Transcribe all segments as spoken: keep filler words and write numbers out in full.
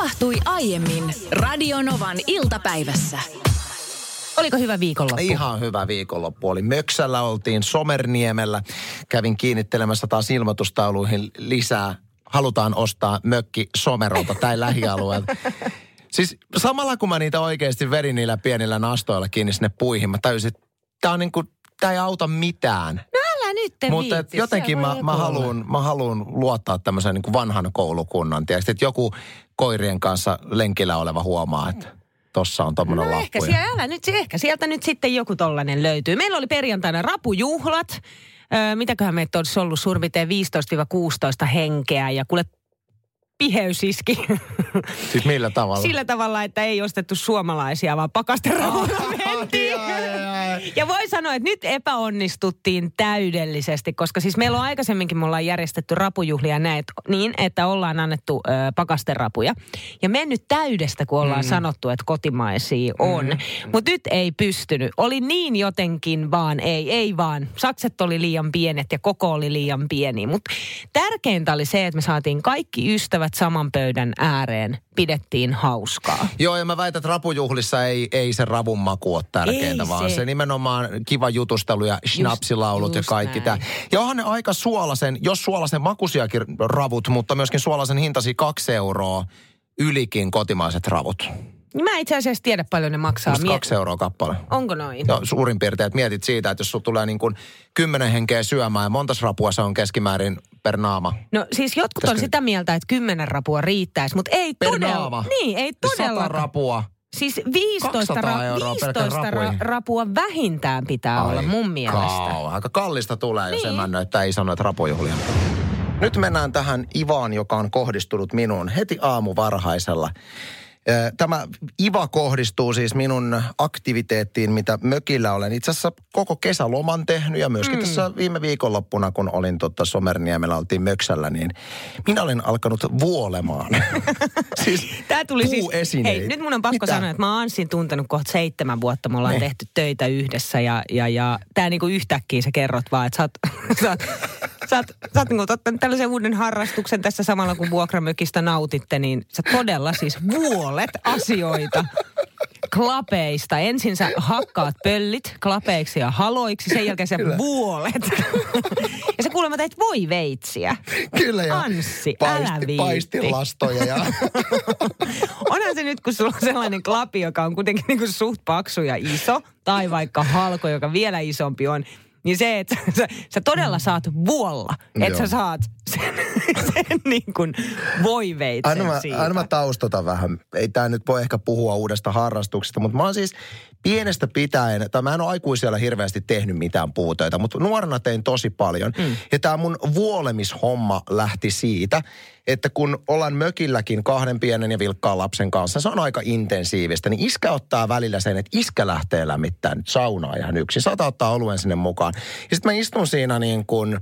tapahtui aiemmin Radionovan iltapäivässä. Oliko hyvä viikonloppu? Ihan hyvä viikonloppu oli. Möksällä oltiin Somerniemellä. Kävin kiinnittelemässä taas ilmoitustauluihin lisää. Halutaan ostaa mökki Somerolta tai lähialueelta. Siis samalla kun mä niitä oikeasti verin niillä pienillä nastoilla kiinni sinne puihin, mä tajusin, että tää on niinku, tää ei auta mitään. No älä nyt te Mutta viitsi, jotenkin mä, mä, haluun, mä haluun luottaa tämmöisen niin kuin vanhan koulukunnan. Tiedätkö, että joku koirien kanssa lenkillä oleva huomaa, että tossa on tommonen no lappu. Ehkä, siellä, älä nyt, ehkä sieltä nyt sitten joku tollanen löytyy. Meillä oli perjantaina rapujuhlat. Öö, mitäköhän meitä olisi ollut suurin piirtein viisitoista kuusitoista henkeä ja kuule piheys iski. Siis millä tavalla? Sillä tavalla, että ei ostettu suomalaisia, vaan pakasterapuja mentiin. Ja voi sanoa, että nyt epäonnistuttiin täydellisesti, koska siis meillä on aikaisemminkin, me ollaan järjestetty rapujuhlia näet, niin, että ollaan annettu ö, pakasterapuja. Ja mennyt täydestä, kun ollaan mm. sanottu, että kotimaisia on. Mm. Mutta nyt ei pystynyt. Oli niin jotenkin vaan, ei, ei vaan. Sakset oli liian pienet ja koko oli liian pieni. Mutta tärkeintä oli se, että me saatiin kaikki ystävät saman pöydän ääreen. Pidettiin hauskaa. Joo, ja mä väitän, että rapujuhlissa ei, ei se ravun maku ole tärkeintä, ei vaan se, se nimenomaan kiva jutustelu ja schnapsilaulut ja kaikki tämä. Ja onhan ne aika suolasen, jos suolasen makuisiakin ravut, mutta myöskin suolasen hintasi kaksi euroa ylikin kotimaiset ravut. Mä itse asiassa tiedä paljon ne maksaa. Miet... kaksi euroa kappale. Onko noin? Joo, suurin piirtein, että mietit siitä, että jos sulla tulee niin kuin kymmenen henkeä syömään ja montas rapua se on keskimäärin per naama. No siis jotkut Pitäskö... on sitä mieltä, että kymmenen rapua riittäisi, mutta ei per todella. Naama. Niin, ei todella. Sata rapua. Siis viisitoista, ra- viisitoista ra- rapua vähintään pitää Ai olla mun mielestä. Kauan. Aika kallista tulee, jos niin. emännöitä ei sano, että rapujuhlia. Nyt mennään tähän Ivaan, joka on kohdistunut minuun heti aamuvarhaisella. Tämä Iva kohdistuu siis minun aktiviteettiin, mitä mökillä olen itse asiassa koko kesäloman tehnyt ja myöskin mm. tässä viime viikonloppuna, kun olin tuota Somerniemellä, oltiin Möksällä, niin minä olen alkanut vuolemaan. Siis Tää tuli puuesineitä. Siis, hei, nyt mun on pakko Mitä? sanoa, että mä oon Anssin tuntenut kohta seitsemän vuotta. Me ollaan ne. tehty töitä yhdessä ja, ja, ja tää niinku yhtäkkiä sä kerrot vaan, että sä oot, sä oot, sä oot, sä oot niinku ottanut tällaisen uuden harrastuksen tässä samalla, kun vuokramökistä nautitte, niin sä todella siis vuolet asioita klapeista. Ensin sä hakkaat pöllit klapeiksi ja haloiksi, sen jälkeen sä Kyllä. vuolet. Ja sä kuulemma teit voi veitsiä. Kyllä ja Anssi, paisti, älä viitti. paistilastoja. Ja... Onhan se nyt, kun sulla on sellainen klapi, joka on kuitenkin niin kuin suht paksu ja iso, tai vaikka halko, joka vielä isompi on, niin se, että sä, sä todella saat vuolla, että sä saat sen, sen niin kuin voiveitsen aina mä, siitä. Aina mä taustotan vähän. Ei tää nyt voi ehkä puhua uudesta harrastuksesta, mutta mä oon siis pienestä pitäen, tai mä en ole aikuisella hirveästi tehnyt mitään puutöitä, mutta nuorena tein tosi paljon. Mm. Ja tää mun vuolemishomma lähti siitä, että kun ollaan mökilläkin kahden pienen ja vilkkaan lapsen kanssa, se on aika intensiivistä, niin iskä ottaa välillä sen, että iskä lähtee lämmittämään nyt saunaa ihan yksin. Saattaa ottaa oluen sinne mukaan. Ja sitten mä istun siinä niin kuin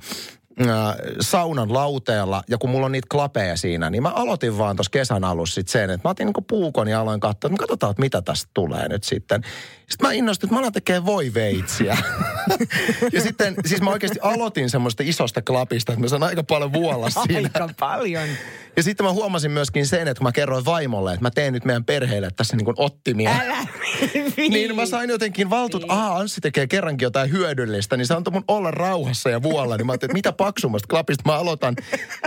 saunan lauteella, ja kun mulla on niitä klapeja siinä, niin mä aloitin vaan tuossa kesän alussa sit sen, että mä otin niinku puukon ja aloin katsoa, että katsotaan, että mitä tästä tulee nyt sitten. Sitten mä innostuin, että mä alan tekemään voiveitsiä. Ja sitten, siis mä oikeasti aloitin semmoista isosta klapista, että mä saan aika paljon vuolla siinä. Aika paljon. Ja sitten mä huomasin myöskin sen, että kun mä kerroin vaimolle, että mä teen nyt meidän perheelle tässä niin kuin ottimia. Älä Niin mä sain jotenkin valtuut, että aha, Anssi tekee kerrankin jotain hyödyllistä, niin se antoi mun olla rauhassa ja vuolla. Niin mä ajattelin, että mitä paksummasta klapista mä aloitan,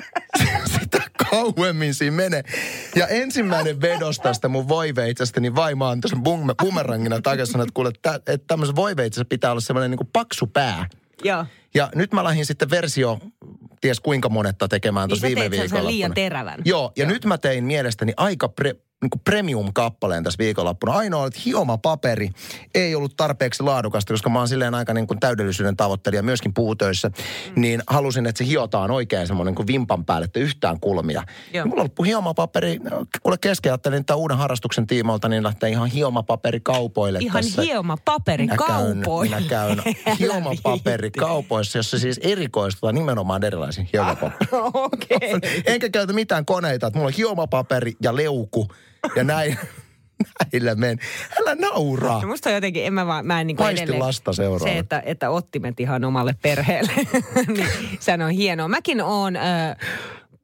sitä kauemmin siinä menee. Ja ensimmäinen vedos tästä mun voiveitsestä, niin vaimo antoi sen bumerangina takaisin, että kuule, että tämmöisen voiveitsessä pitää olla semmoinen niin kuin paksu pää. Joo. Ja nyt mä lähdin sitten versio, ties kuinka monetta tekemään tuossa niin viime viikolla. Niin liian terävän. Joo, ja Joo. nyt mä tein mielestäni aika pre, niin kuin premium-kappaleen tässä viikonloppuna. Ainoa, että hiomapaperi ei ollut tarpeeksi laadukasta, koska mä oon silleen aika niin kuin täydellisyyden tavoittelija myöskin puutöissä. Mm. Niin halusin, että se hiotaan oikein semmoinen kuin vimpan päälle, että yhtään kulmia. Ja mulla loppui hiomapaperi, kuule kesken ajattelin tämän uuden harrastuksen tiimoilta, niin lähtee ihan hiomapaperi-kaupoille ihan tässä. Ihan hiomapaperi-kaupoille. Minä käyn, minä käyn hiomapaperi-kaupoissa, jossa siis erikoistutaan nimenomaan erilaisiin hiomapaperiin. Ah, okei. Okay. Enkä käytä mitään koneita, että mulla on hiomapaperi ja leuku. Ja näin, näillä men. Älä nauraa. No musta on jotenkin, en mä vaan, mä en niin kuin Paisti lasta seuraava. Se, että, että ottimet ihan omalle perheelle, niin sehän on hienoa. Mäkin oon äh,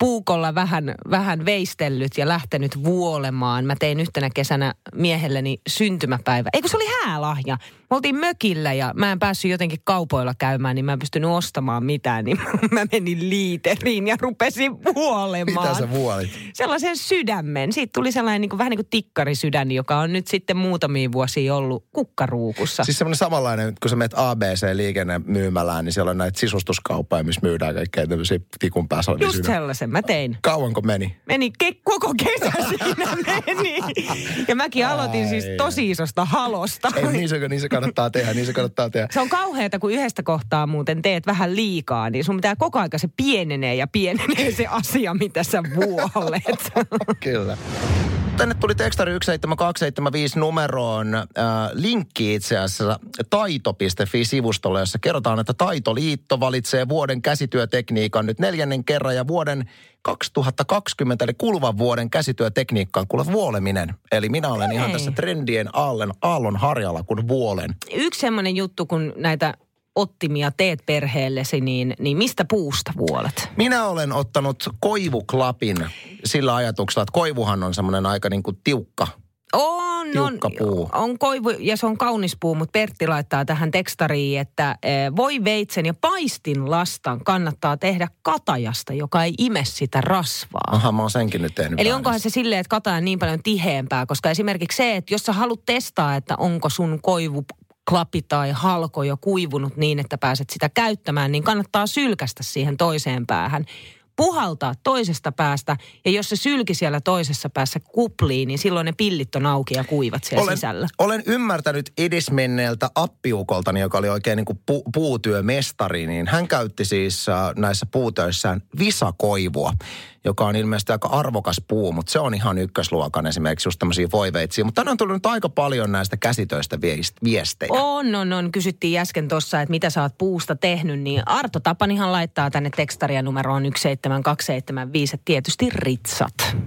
puukolla vähän, vähän veistellyt ja lähtenyt vuolemaan. Mä tein yhtenä kesänä miehelleni syntymäpäivä. Eikö se oli häälahja? Me oltiin mökillä ja mä en päässyt jotenkin kaupoilla käymään, niin mä en pystynyt ostamaan mitään. Niin mä menin liiteriin ja rupesin vuolemaan. Mitä sä vuolit? Sellaisen sydämen. Siitä tuli sellainen niin kuin, vähän niin kuin tikkarisydän, joka on nyt sitten muutamia vuosia ollut kukkaruukussa. Siis semmoinen samanlainen, kun sä menet A B C-liikennemyymälään, niin siellä on näitä sisustuskauppoja, missä myydään kaikkea tämmöisiä tikun päässä. Just sellaisen mä tein. Kauanko meni? Meni ke- koko kesä siinä meni. Ja mäkin aloitin Ai. siis tosi isosta halosta. Ei, niin se, niin se kannattaa tehdä, niin se kannattaa tehdä. Se on kauheata, kun yhdestä kohtaa muuten teet vähän liikaa, niin sun pitää koko aika se pienenee ja pienenee se asia, mitä sä vuolet. Kyllä. Tänne tuli tekstari yksi seitsemän kaksi seitsemän viisi numeroon äh, linkki itse asiassa taito piste fi-sivustolle, jossa kerrotaan, että Taitoliitto valitsee vuoden käsityötekniikan nyt neljännen kerran ja vuoden kaksituhattakaksikymmentä, eli kuluvan vuoden käsityötekniikkaan kuule vuoleminen. Eli minä olen Hei. ihan tässä trendien aallon, aallon harjalla, kun vuolen. Yksi semmoinen juttu, kun näitä ottimia teet perheellesi, niin, niin mistä puusta vuolet? Minä olen ottanut koivuklapin sillä ajatuksella, että koivuhan on semmoinen aika niin kuin tiukka. On, Tiukka on, puu. on koivu ja se on kaunis puu, mutta Pertti laittaa tähän tekstariin, että e, voi veitsen ja paistin lastan kannattaa tehdä katajasta, joka ei ime sitä rasvaa. Aha, mä oon senkin nyt tehnyt. Eli onkohan se silleen, että kataja on niin paljon tiheämpää, koska esimerkiksi se, että jos sä haluat testaa, että onko sun koivu klapi tai halko jo kuivunut niin, että pääset sitä käyttämään, niin kannattaa sylkästä siihen toiseen päähän. Puhaltaa toisesta päästä, ja jos se sylki siellä toisessa päässä kuplii, niin silloin ne pillit on auki ja kuivat siellä olen, sisällä. Olen ymmärtänyt edesmenneeltä appiukoltani, joka oli oikein niin kuin pu, puutyömestari, niin hän käytti siis äh, näissä puutöissään visakoivua, joka on ilmeisesti aika arvokas puu, mutta se on ihan ykkösluokan esimerkiksi just tämmöisiä voiveitsiä. Mutta tänään on tullut nyt aika paljon näistä käsitöistä viestejä. On, on, on. Kysyttiin äsken tuossa, että mitä sä oot puusta tehnyt, niin Arto Tapanihan laittaa tänne tekstaria numeroon yksi seitsemän kaksi seitsemän viisi, että tietysti ritsat.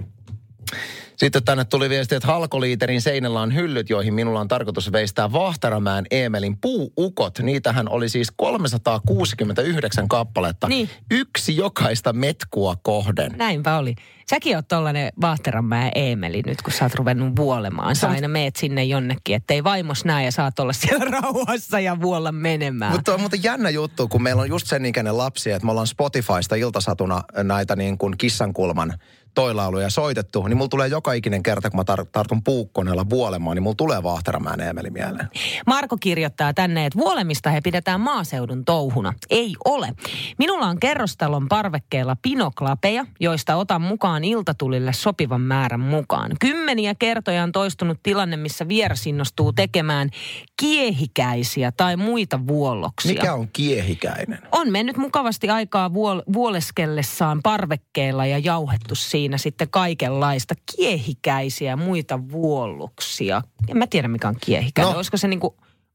Sitten tänne tuli viesti, että halkoliiterin seinällä on hyllyt, joihin minulla on tarkoitus veistää Vahteramäen Eemelin puuukot. Niitähän oli siis kolmesataakuusikymmentäyhdeksän kappaletta. Niin. Yksi jokaista metkua kohden. Näinpä oli. Säkin oot tollainen Vahteramäen Eemeli nyt, kun sä oot ruvennut vuolemaan. Sä aina meet sinne jonnekin, ettei vaimos näe ja saat olla siellä rauhassa ja vuolla menemään. Mutta on muuten jännä juttu, kun meillä on just sen ikäinen lapsi, että me ollaan Spotifysta iltasatuna näitä niin kuin kissankulman toilauluja soitettu, niin mulla tulee joka ikinen kerta, kun mä tar- tartun puukkoneella vuolemaan, niin mulla tulee Vahteramäen Eemeli mieleen. Marko kirjoittaa tänne, että vuolemista he pidetään maaseudun touhuna. Ei ole. Minulla on kerrostalon parvekkeella pinoklapeja, joista otan mukaan iltatulille sopivan määrän mukaan. Kymmeniä kertoja on toistunut tilanne, missä vieras innostuu tekemään kiehikäisiä tai muita vuolloksia. Mikä on kiehikäinen? On mennyt mukavasti aikaa vuol- vuoleskellessaan parvekkeella ja jauhettu siinä sitten kaikenlaista kiehikäisiä ja muita vuolluksia. En mä tiedä, mikä on kiehikäinen. No. Olisiko se niinku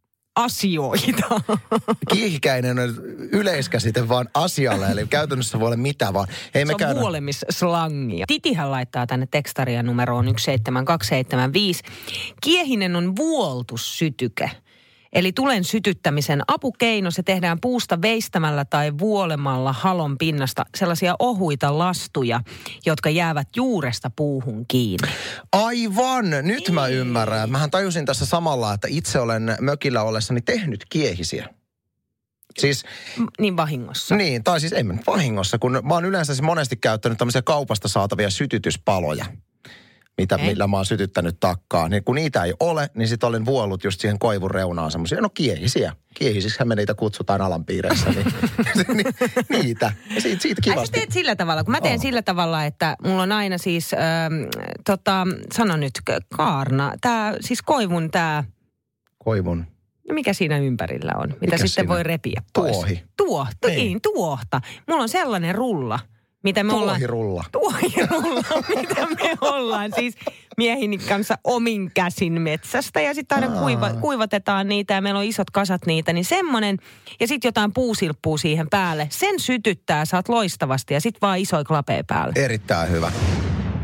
asioita? Kiehikäinen on yleiskäsite vaan asialle, eli käytännössä voi olla mitä vaan. Hei, me se on käydään vuolemisslangia. Titihän laittaa tänne tekstaria numeroon yksi seitsemän kaksi seitsemän viisi. Kiehinen on vuoltussytyke. Eli tulen sytyttämisen apukeino, se tehdään puusta veistämällä tai vuolemalla halon pinnasta sellaisia ohuita lastuja, jotka jäävät juuresta puuhun kiinni. Aivan! Nyt mä ymmärrän. Mähän tajusin tässä samalla, että itse olen mökillä ollessani tehnyt kiehisiä. Siis, niin vahingossa. Niin, tai siis ei mä vahingossa, kun mä oon yleensä monesti käyttänyt tämmöisiä kaupasta saatavia sytytyspaloja. Mitä, millä mä oon sytyttänyt takkaa. Niin kun niitä ei ole, niin sit olen vuollut just siihen koivun reunaan semmoisia, no kiehisiä. Kiehisiksi me niitä kutsutaan alanpiireissä. Niin, niitä. Ja siitä, siitä kivasti. Ai sä teet sillä tavalla, kun mä teen oh. sillä tavalla, että mulla on aina siis, äh, tota, sano nyt, kaarna, tää, siis koivun tää. Koivun. No mikä siinä ympärillä on, mitä mikä sitten siinä? Voi repiä pois. Tuohi. Tuohta, niin. niin, tuohta. Mulla on sellainen rulla. Mitä me Tuohirulla. Ollaan, tuohirulla, mitä me ollaan siis miehini kanssa omin käsin metsästä ja sitten aina kuiva, kuivatetaan niitä ja meillä on isot kasat niitä, niin semmoinen ja sitten jotain puusilppua siihen päälle. Sen sytyttää, saat loistavasti ja sitten vaan isoja klapeja päälle. Erittäin hyvä. Puu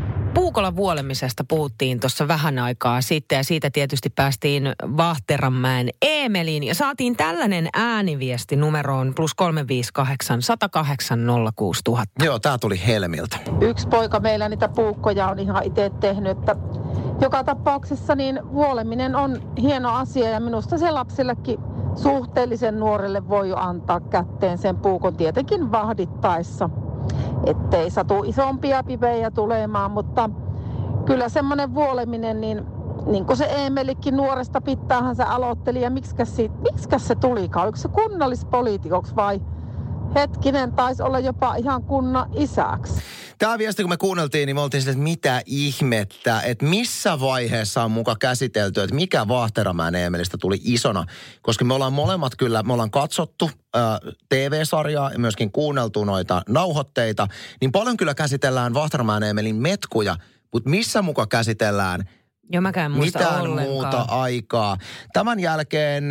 puukolla vuolemisesta puhuttiin tuossa vähän aikaa sitten ja siitä tietysti päästiin Vahteranmäen Eemeliin ja saatiin tällainen ääniviesti numeroon plus kolme viisi kahdeksan, sata kahdeksan, nolla kuusi tuhatta. Joo, tää tuli Helmiltä. Yksi poika meillä niitä puukkoja on ihan itse tehnyt, että joka tapauksessa niin vuoleminen on hieno asia ja minusta se lapsillekin suhteellisen nuorelle voi jo antaa kätteen sen puukon tietenkin vahdittaessa, ettei satu isompia pipejä tulemaan, mutta kyllä semmoinen vuoleminen, niin, niin kuin se Eemelikin nuoresta pittaahan se aloitteli ja miksikäs, siitä, miksikäs se tulikaan, oliko se kunnallispoliitikoksi vai hetkinen, taisi olla jopa ihan kunnan isäksi. Tämä viesti, kun me kuunneltiin, niin me oltiin sille, että mitä ihmettä, että missä vaiheessa on muka käsitelty, että mikä Vahteramäen Eemelistä tuli isona. Koska me ollaan molemmat kyllä, me ollaan katsottu ää, T V-sarjaa ja myöskin kuunneltu noita nauhoitteita, niin paljon kyllä käsitellään Vahteramäen Eemelin metkuja, mutta missä muka käsitellään Joo, mäkään muista mitään ollenkaan. muuta aikaa. Tämän jälkeen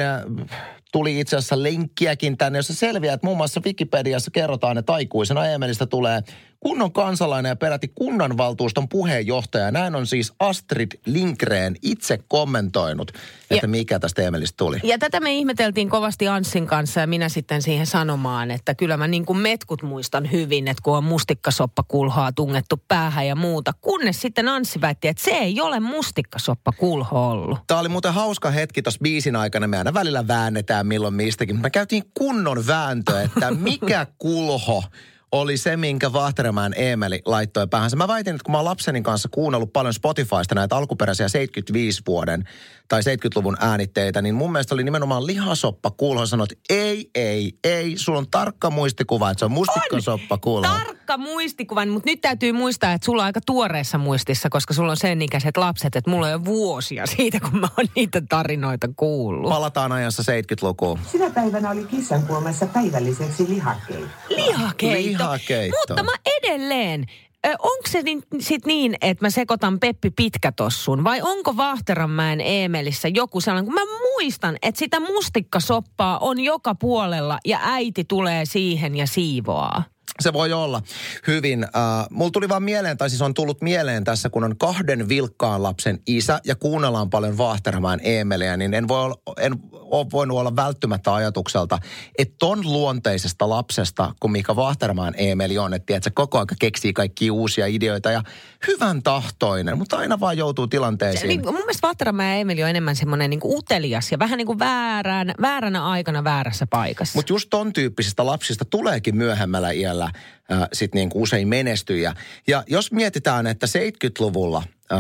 tuli itse asiassa linkkiäkin tänne, jossa selviää, että muun muassa Wikipediassa kerrotaan, että aikuisena Eemelistä tulee kunnon kansalainen ja peräti kunnanvaltuuston puheenjohtaja. Näin on siis Astrid Lindgren itse kommentoinut, että ja, mikä tästä Eemelistä tuli. Ja tätä me ihmeteltiin kovasti Anssin kanssa ja minä sitten siihen sanomaan, että kyllä mä niin kuin metkut muistan hyvin, että kun on mustikkasoppakulhoa tungettu päähän ja muuta. Kunnes sitten Anssi väitti, että se ei ole mustikkasoppakulho ollut. Tämä oli muuten hauska hetki tuossa biisin aikana. Me aina välillä väännetään milloin mistäkin. Me käytiin kunnon vääntö, että mikä kulho oli se, minkä Vahteramäen Eemeli laittoi päähänsä. Mä väitin, että kun mä oon lapseni kanssa kuunnellut paljon Spotifysta näitä alkuperäisiä seitsemänkymmentäviisi vuoden tai seitsemänkymmentäluvun äänitteitä, niin mun mielestä oli nimenomaan lihasoppa kulho. Sanoit, että ei, ei, ei, sulla on tarkka muistikuva, että se on mustikkasoppa kulho. Tarkka muistikuva, mutta nyt täytyy muistaa, että sulla on aika tuoreessa muistissa, koska sulla on sen ikäiset lapset, että mulla on jo vuosia siitä, kun mä oon niitä tarinoita kuullut. Palataan ajassa seitsemänkymmentälukuun. Sinä päivänä oli kissankuomassa päivälliseksi lihakeitto. Lihakeitto. Lihakeitto. Mutta mä edelleen, onko se niin, sit niin, että mä sekoitan Peppi Pitkätossun vai onko Vahteramäen Eemelissä joku sellainen, kun mä muistan, että sitä mustikkasoppaa on joka puolella ja äiti tulee siihen ja siivoaa. Se voi olla hyvin. Uh, mulla tuli vaan mieleen, tai siis on tullut mieleen tässä, kun on kahden vilkkaan lapsen isä ja kuunnellaan paljon Vahteramäen Eemeliä, niin en, voi olla, en ole voinut olla välttymättä ajatukselta, että ton luonteisesta lapsesta, kun mikä Vahteramäen Eemeli on, että tiedät, se koko ajan keksii kaikkia uusia ideoita ja hyvän tahtoinen, mutta aina vaan joutuu tilanteisiin. Se, niin, mun mielestä Vahteramäen Eemeli on enemmän semmoinen niin kuin utelias ja vähän niin kuin väärän, vääränä aikana väärässä paikassa. Mutta just ton tyyppisistä lapsista tuleekin myöhemmällä iällä äh, sit niin kuin usein menestyjä. Ja jos mietitään, että seitsemänkymmentäluvulla äh,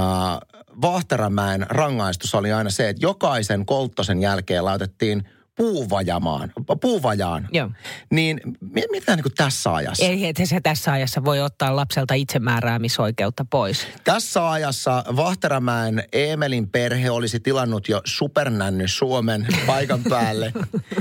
Vahteramäen rangaistus oli aina se, että jokaisen kolttosen jälkeen laitettiin puuvajamaan, puuvajaan. Joo. Niin mitä niin kuin tässä ajassa? Ei, että se tässä ajassa voi ottaa lapselta itsemääräämisoikeutta pois. Tässä ajassa Vahteramäen Eemelin perhe olisi tilannut jo supernänny Suomen paikan päälle.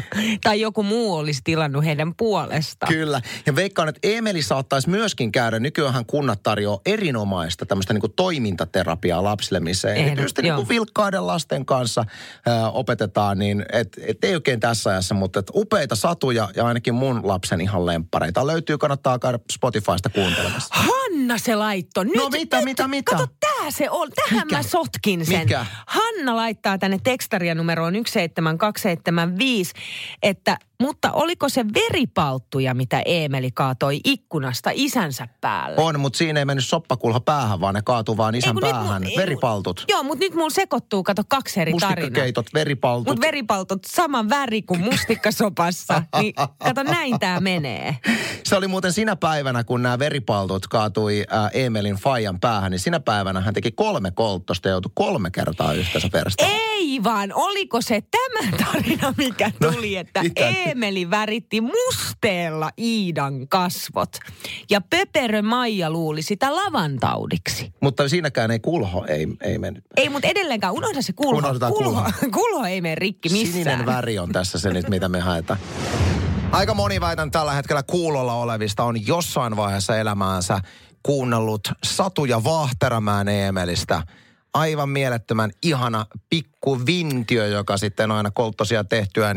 Tai joku muu olisi tilannut heidän puolestaan. Kyllä. Ja veikkaan, että Eemeli saattaisi myöskin käydä. Nykyään kunnat tarjoaa erinomaista tämmöistä niin kuin toimintaterapiaa lapsille, missä erityisesti niin kuin vilkkaiden lasten kanssa ää, opetetaan, niin et, et ei oikein tässä ajassa, mutta et upeita satuja ja ainakin mun lapsen ihan lemppareita. Löytyy, kannattaa käydä Spotifysta kuuntelemassa. Hanna se laitto. Nyt, no mitä, nyt, mitä, mitä? Kato, tää se on. Tähän Mikä? Mä sotkin sen. Mikä? Hanna laittaa tänne tekstaria numeroon yksi seitsemän kaksi seitsemän viisi, että mutta oliko se veripalttuja, mitä Eemeli kaatoi ikkunasta isänsä päälle? On, mutta siinä ei mennyt soppakulha päähän, vaan ne kaatuu vaan isän ei, päähän. Nyt, veripaltut. Joo, mutta nyt mulla sekoittuu, kato, kaksi eri tarinaa. Mustikkakeitot, veripaltut. Mutta veripaltut saman väri kuin mustikkasopassa. Niin kato, näin tää menee. Se oli muuten sinä päivänä, kun nämä veripaltut kaatui äh, Eemelin faijan päähän, niin sinä päivänä hän teki kolme kolttosta ja joutui kolme kertaa yhteensä perstään. Ei vaan, oliko se tämä tarina, mikä tuli, no, että Eemeli väritti musteella Iidan kasvot. Ja Pöperö Maija luuli sitä lavantaudiksi. Mutta siinäkään ei kulho, ei, ei mennyt. Ei, mutta edelleenkään, unohda se kulho. Unohdetaan kulho. Kulho, kulho ei mene rikki missään. Sininen väri on tässä se nyt, mitä me haetaan. Aika moni väitän tällä hetkellä kuulolla olevista on jossain vaiheessa elämäänsä kuunnellut satuja Vahteramäen Eemelistä. Aivan mielettömän ihana pikku vintiö, joka sitten aina kolttosia tehtyä, niin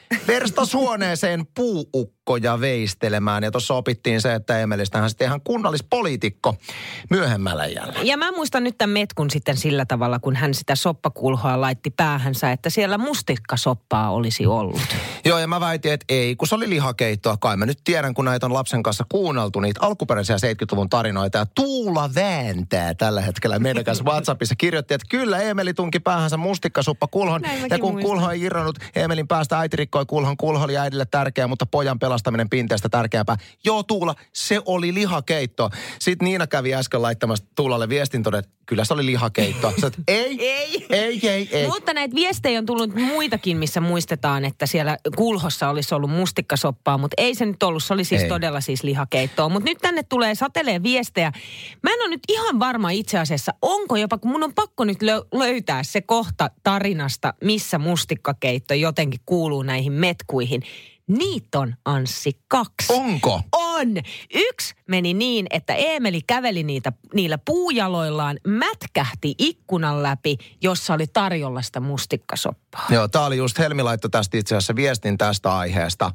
verstasuoneeseen puuukkoja veistelemään. Ja tuossa opittiin se, että Emelistähän sitten ihan kunnallispoliitikko myöhemmällä iällä. Ja mä muistan nyt tämän metkun sitten sillä tavalla, kun hän sitä soppakulhoa laitti päähänsä, että siellä mustikkasoppaa olisi ollut. Joo, ja mä väitin, että ei, kun se oli lihakeittoa. Kai mä nyt tiedän, kun näitä on lapsen kanssa kuunneltu, niitä alkuperäisiä seitsemänkymmentäluvun tarinoita. Ja Tuula vääntää tällä hetkellä meidän kanssa WhatsAppissa kirjoitti, että kyllä Emeli tunki päähänsä mustikkasoppakulhon. Ja kun muistan. kulho ei irronnut Emelin päästä, äiti rikkoi kulhon. Kulho oli äidille tärkeä, mutta pojan pelastaminen pinteestä tärkeämpää. Joo, Tuula, se oli lihakeitto. Sitten Niina kävi äsken laittamassa Tuulalle viestin todella, että kyllä se oli lihakeitto. Sä, että ei, Ei. ei, ei, ei. Mutta näitä viestejä on tullut muitakin, missä muistetaan, että siellä kulhossa olisi ollut mustikkasoppaa, mutta ei se nyt ollut. Se oli siis Ei. todella siis lihakeittoa. Mutta nyt tänne tulee satelee viestejä. Mä en ole nyt ihan varma itse asiassa, onko jopa, kun mun on pakko nyt lö- löytää se kohta tarinasta, missä mustikkakeitto jotenkin kuuluu näihin metkuihin. Niitä on, Anssi, kaksi. Onko? On. Yksi meni niin, että Eemeli käveli niitä, niillä puujaloillaan, mätkähti ikkunan läpi, jossa oli tarjolla sitä mustikkasoppaa. Joo, tää oli just Helmi laittoi tästä itse asiassa viestin tästä aiheesta.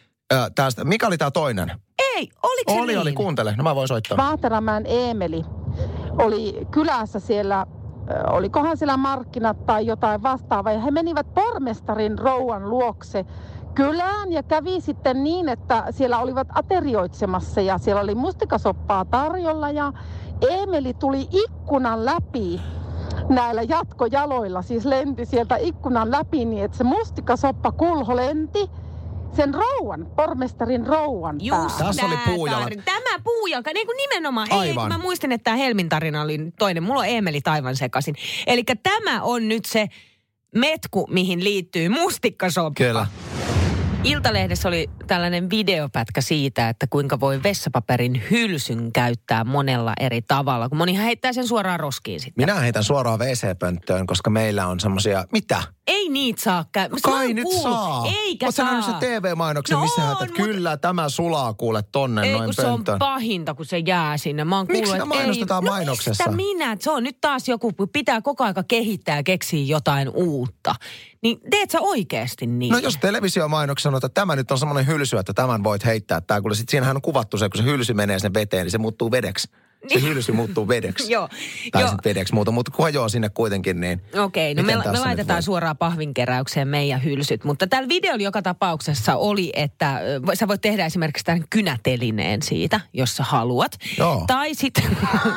Ö, tästä. Mikä oli tää toinen? Ei, oliko se Oli, niin? oli, kuuntele. No mä voin soittaa. Vaateramäen Eemeli oli kylässä siellä, ö, olikohan siellä markkinat tai jotain vastaavaa. Ja he menivät pormestarin rouvan luokse kylään ja kävi sitten niin, että siellä olivat aterioitsemassa ja siellä oli mustikasoppaa tarjolla ja Eemeli tuli ikkunan läpi näillä jatkojaloilla, siis lenti sieltä ikkunan läpi niin, että se mustikasoppa kulho lenti sen rouvan, pormestarin rouvan Just päälle. Tässä oli tää puujalat. tarina. Tämä puujalka, niin kuin nimenomaan. Ei, Aivan. kun mä muistin, että tämä Helmin tarina oli toinen. Mulla on Eemeli taivan sekaisin. Eli tämä on nyt se metku, mihin liittyy mustikkasoppa. Kyllä. Iltalehdessä oli tällainen videopätkä siitä, että kuinka voi vessapaperin hylsyn käyttää monella eri tavalla, kun monihan heittää sen suoraan roskiin sitten. Minä heitän suoraan wee see-pönttöön, koska meillä on semmosia, mitä? Ei niitä saa käyttää. Kai nyt saa. Eikä Oot sä saa. nähnyt se T V-mainoksen, No missä on, heität, mutta- kyllä tämä sulaa kuule tonne Ei, noin kun se on pönttöön. pahinta, kun se jää sinne. Mä oon Miksi kuullut, sitä että ei- mainostetaan no mainoksessa? mistä minä? Se on nyt taas joku, pitää koko aika kehittää ja keksiä jotain uutta. Niin teet sä oikeasti niin? No jos televisiomainoksessa sanoo, että tämä nyt on semmoinen hylsy, että tämän voit heittää. Tää, kun sit siinähän on kuvattu se, kun se hylsy menee sen veteen, niin se muuttuu vedeksi. Se hylsy muuttuu vedeksi. Joo. Tai Joo. sitten vedeksi muuta, mutta kunhan joo sinne kuitenkin, niin... Okei, no me, miten me tässä nyt laitetaan voi? suoraan pahvinkeräykseen meidän hylsyt. Mutta tällä videolla joka tapauksessa oli, että ö, sä voit tehdä esimerkiksi tämän kynätelineen siitä, jos sä haluat. Joo. Tai sitten...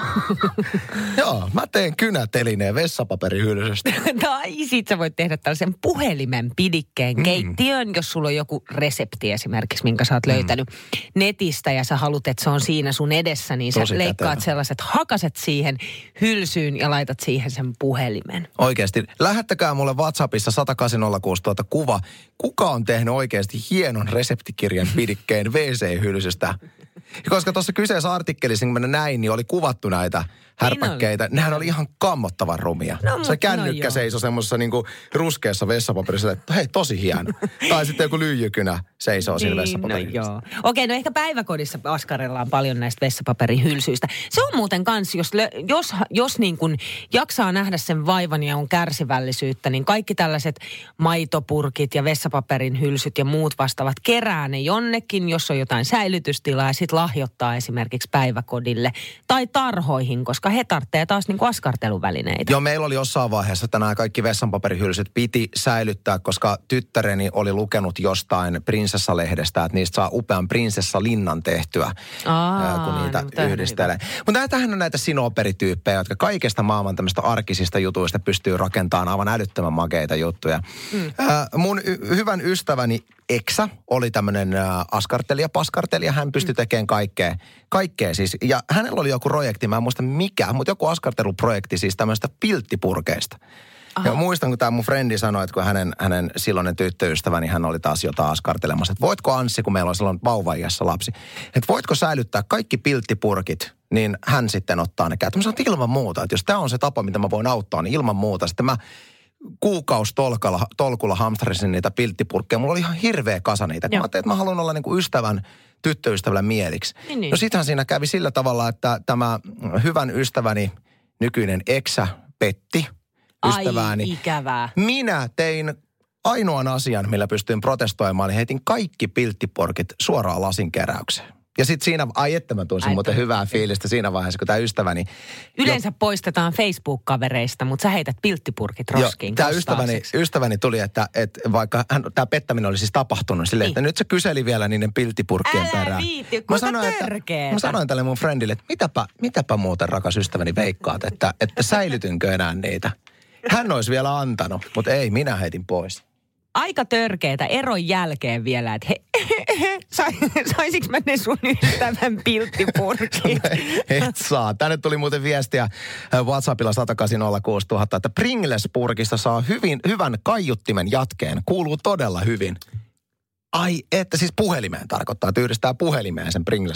Joo, mä teen kynätelineen vessapaperihylsystä. Tai sit sä voit tehdä tällaisen puhelimen pidikkeen Mm. keittiön, jos sulla on joku resepti esimerkiksi, minkä sä oot löytänyt netistä ja sä haluat, että se on siinä sun edessä, niin Tosi sä leikkaat kätevä. sellaiset hakaset siihen hylsyyn ja laitat siihen sen puhelimen. Oikeasti. Lähettäkää mulle WhatsAppissa sata kahdeksan nolla kuusi tuota kuva. Kuka on tehnyt oikeasti hienon reseptikirjan pidikkeen wee see-hylsystä? Koska tuossa kyseessä artikkelissa, kun mä näin, niin oli kuvattu näitä härpäkkeitä. Nehän oli ihan kammottavan rumia. No, se mut- kännykkä no seisoi semmoisessa niinku ruskeassa vessapaperissa, että hei, tosi hieno. Tai sitten joku lyijykynä seisoo siinä no vessapaperissa. joo. Okei, no ehkä päiväkodissa askarellaan paljon näistä vessapaperihylsyistä. Se on muuten kans, jos, lö- jos, jos niin kuin jaksaa nähdä sen vaivan ja on kärsivällisyyttä, niin kaikki tällaiset maitopurkit ja vessapaperin hylsyt ja muut vastaavat kerää ne jonnekin, jos on jotain säilytystilaa ja sit lahjoittaa esimerkiksi päiväkodille tai tarhoihin, koska he tarvitsee taas niin kuin askarteluvälineitä. Joo, meillä oli jossain vaiheessa, että nämä kaikki vessanpaperihylsyt piti säilyttää, koska tyttäreni oli lukenut jostain prinsessalehdestä, että niistä saa upean prinsessalinnan tehtyä, Aa, ää, kun niitä no, tämähän on yhdistelee. Mutta näitähän on näitä sinoperityyppejä, jotka kaikesta maailman tämmöistä arkisista jutuista pystyy rakentamaan aivan älyttömän makeita juttuja. Mm. Ää, mun y- hyvän ystäväni Eksä oli tämmöinen ää, askartelija, paskartelija. Hän pystyi tekemään kaikkea, kaikkea siis. Ja hänellä oli joku projekti, mä en muista mikä, mutta joku askarteluprojekti siis tämmöistä pilttipurkeista. Aha. Ja muistan, kun tämä mun frendi sanoi, että kun hänen, hänen silloinen tyttöystäväni, niin hän oli taas jotain askartelemassa. Että voitko Anssi, kun meillä on silloin vauvaiässä lapsi, että voitko säilyttää kaikki pilttipurkit, niin hän sitten ottaa ne käyttöön. Mä sanoin, että ilman muuta, että jos tämä on se tapa, mitä mä voin auttaa, niin ilman muuta. Sitten mä kuukausitolkulla tolkulla hamstrasin niitä pilttipurkkeja. Mulla oli ihan hirveä kasa niitä. Kun mä ajattelin, että mä haluan olla niinku ystävän, tyttöystävällä mieliksi. Niin, niin. No sittenhän siinä kävi sillä tavalla, että tämä hyvän ystäväni nykyinen eksä petti ystävääni. Ai, ikävää. Minä tein ainoan asian, millä pystyin protestoimaan, niin heitin kaikki pilttiporkit suoraan lasin keräykseen. Ja sitten siinä, ai että mä tunsin muuten hyvää fiilistä siinä vaiheessa, kun tämä ystäväni... Yleensä jo, poistetaan Facebook-kavereista, mutta sä heität pilttipurkit roskiin. Tämä ystäväni, ystäväni tuli, että, että vaikka tämä pettäminen oli siis tapahtunut silleen, että nyt se kyseli vielä niiden pilttipurkkien perään. Älä viitti, kuinka törkeetä. Mä sanoin tälle mun friendille, että mitäpä, mitäpä muuten rakas ystäväni veikkaat, että, että säilytynkö enää niitä. Hän olisi vielä antanut, mutta ei, minä heitin pois. Aika törkeetä eron jälkeen vielä, että he, he, he, saisinko mä ne sun ystävän pilttipurkit? Et saa. Tänne tuli muuten viestiä WhatsAppilla sata kahdeksan nolla kuusi nolla nolla nolla, että Pringles-purkista saa hyvin, hyvän kaiuttimen jatkeen. Kuuluu todella hyvin. Ai, että siis puhelimeen tarkoittaa, että yhdistää puhelimeen sen Pringles.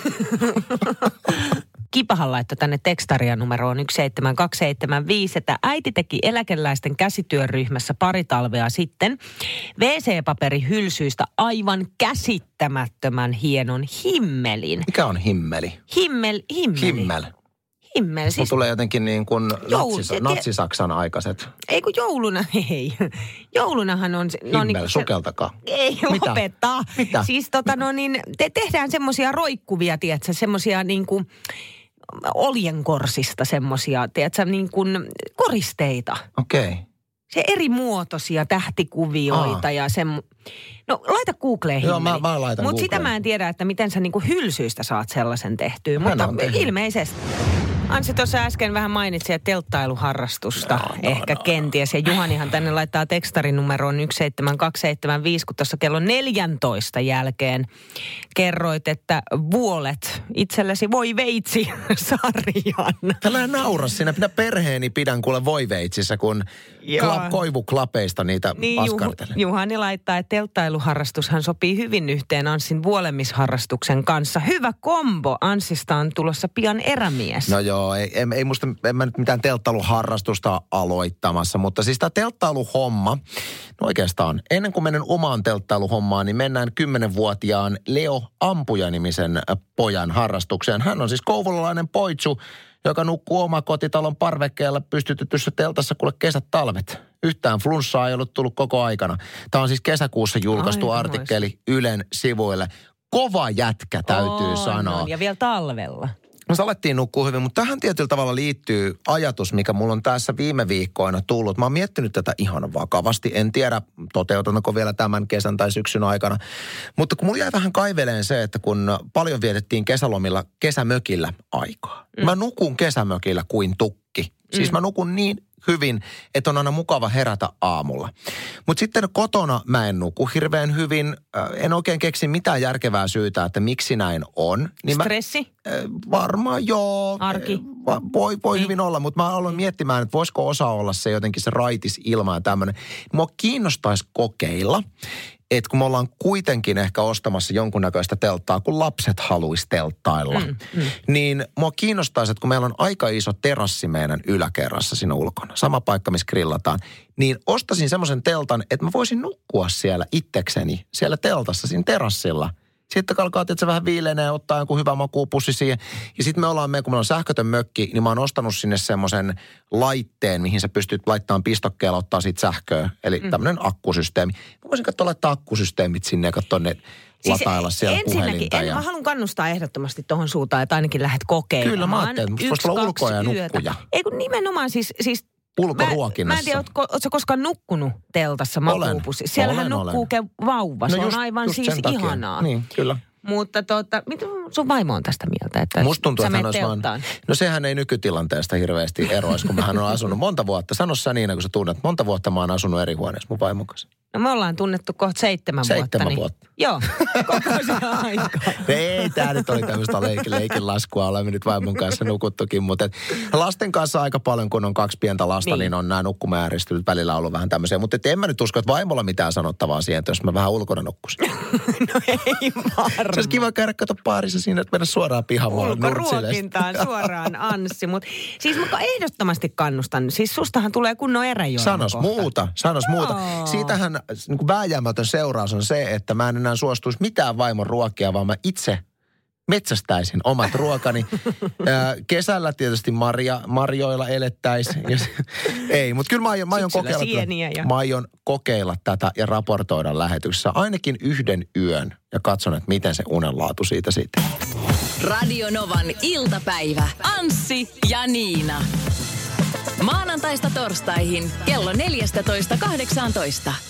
Kipahan laittoi tänne tekstaria numeroon yksi seitsemän kaksi seitsemän viisi, että äiti teki eläkeläisten käsityöryhmässä pari talvea sitten wee see-paperihylsyistä aivan käsittämättömän hienon himmelin. Mikä on himmeli? Himmel, himmeli. Himmel. Himmel. Siis... tulee jotenkin niin kuin Joul... natsis, natsisaksan aikaiset. Ei kun jouluna, ei. Joulunahan on... Himmel, no niin, sukeltakaa. Ei, Mitä? lopeta. Mitä? Siis tota no niin, te tehdään semmoisia roikkuvia, tiedätkö, semmoisia niin kuin oljenkorsista semmoisia, tiedätkö, niin kuin koristeita. Okei. Okay. Se eri muotoisia tähtikuvioita Aa. ja sen... No laita Googleen himmeli. Joo, mä, mä laitan Mutta sitä mä en tiedä, että miten sä niinku hylsyistä saat sellaisen tehtyä. Hän mutta ilmeisesti. Anssi tuossa äsken vähän mainitsi, että telttailuharrastusta no, no, ehkä no, kenties. Ja Juhanihan tänne laittaa tekstarinumeroon yksi seitsemän kaksi seitsemän viisi, kun tuossa kello neljäntoista jälkeen kerroit, että vuolet itsellesi voi veitsi sarjan. Älä naura siinä. Minä perheeni pidän kuule voi veitsissä, kun kla- koivuklapeista niitä niin, askartelen. Juh- Juhani laittaa, että telttailuharrastushan sopii hyvin yhteen Anssin vuolemisharrastuksen kanssa. Hyvä kombo. Anssista on tulossa pian erämies. No joo, ei, ei, ei musta, en mä nyt mitään telttailuharrastusta aloittamassa, mutta siis tämä telttailuhomma, no oikeastaan, ennen kuin menen omaan telttailuhommaan, niin mennään kymmenvuotiaan Leo Ampuja-nimisen pojan harrastukseen. Hän on siis kouvolalainen poitsu, joka nukkuu omakotitalon parvekkeella pystytetyssä teltassa kuule kesät talvet. Yhtään flunssaa ei ollut tullut koko aikana. Tämä on siis kesäkuussa julkaistu Ai, artikkeli Ylen sivuille. Kova jätkä täytyy on, sanoa. On, ja vielä talvella. Me alettiin nukkua hyvin, mutta tähän tietyllä tavalla liittyy ajatus, mikä mulla on tässä viime viikkoina tullut. Mä oon miettinyt tätä ihan vakavasti. En tiedä, toteutanko vielä tämän kesän tai syksyn aikana. Mutta kun mulla jäi vähän kaiveleen se, että kun paljon vietettiin kesälomilla kesämökillä aikaa. Mm. Mä nukun kesämökillä kuin tukki. Siis mm. mä nukun niin hyvin, että on aina mukava herätä aamulla. Mutta sitten kotona mä en nuku hirveän hyvin. En oikein keksi mitään järkevää syytä, että miksi näin on. Niin Stressi? Mä, varmaan joo. Arki? Voi, voi hyvin olla, mutta mä aloin miettimään, että voisiko osa olla se jotenkin se raitis ilma ja tämmöinen. Mua kiinnostaisi kokeilla, että kun me ollaan kuitenkin ehkä ostamassa jonkunnäköistä telttaa, kun lapset haluaisi telttailla, mm, mm. niin mua kiinnostaisi, että kun meillä on aika iso terassi meidän yläkerrassa siinä ulkona, sama paikka, missä grillataan, niin ostaisin semmoisen teltan, että mä voisin nukkua siellä itsekseni, siellä teltassa, siinä terassilla. Sitten alkaa, että se vähän viilenee, ottaa joku hyvä makuupussi siihen. Ja sitten me ollaan, me, kun meillä on sähkötön mökki, niin mä oon ostanut sinne semmoisen laitteen, mihin sä pystyt laittamaan pistokkeella, ottaa siitä sähköä. Eli mm. tämmöinen akkusysteemi. Mä voisin katsoa laittaa akkusysteemit sinne ja katsoa ne siis latailla siellä puhelinta. En, ja... mä haluan kannustaa ehdottomasti tohon suuntaan, että ainakin lähdet kokeilemaan. Kyllä mä ajattelin, että voisi olla ulkoa ja nukkuja. Ei kun nimenomaan siis... siis ulkoruokinnassa. Mä en tiedä, ootko, ootko koskaan nukkunut teltassa makuupussi? Siellähän olen, nukkuu olen. vauva. Se no just, on aivan siis ihanaa. Niin, kyllä. Mutta tota, mitä sun vaimo on tästä mieltä, että musta tuntuu, sä että hän olisi vaan, no sehän ei nykytilanteesta hirveästi eroisi, kun mähän olen asunut monta vuotta. Sano sä Niina, kun sä tunnet, monta vuotta mä oon asunut eri huoneessa mun vaimon kanssa. No me ollaan tunnettu kohta seitsemän, seitsemän vuotta. Seitsemän vuotta. Niin, joo, koko se aika. Ei, tää nyt oli tämmöistä leikin, leikin laskua, olemme nyt vaimon kanssa nukuttukin, mutta et lasten kanssa aika paljon, kun on kaksi pientä lasta, niin, niin on nämä nukkumääristelyt välillä ollut vähän tämmöisiä. Mutta en mä nyt usko, että vaimolla mitään sanottavaa siihen, että jos mä vähän ulkona nukkusin. No ei varmaan. Se olisi kiva käydä kato paarissa siinä, että mennä suoraan pihamaalle. Ulkoruokintaan suoraan, Anssi. Mutta siis mä ehdottomasti kannustan. Siis sustahan tulee kunnon eräjono. Sanos kohta. muuta, sanos no. muuta. Siitähän niin kuin vääjäämätön seuraus on se, että mä en enää suostuisi mitään vaimon ruokia, vaan mä itse metsästäisin omat ruokani. Kesällä tietysti marja, marjoilla elettäisiin. Ei, mutta kyllä mä aion, mä aion, kokeilla, ja... mä aion kokeilla tätä ja raportoida lähetyksessä ainakin yhden yön ja katson, että miten se unenlaatu siitä sitten. Radio Novan iltapäivä. Anssi ja Niina. Maanantaista torstaihin kello neljätoista kahdeksantoista.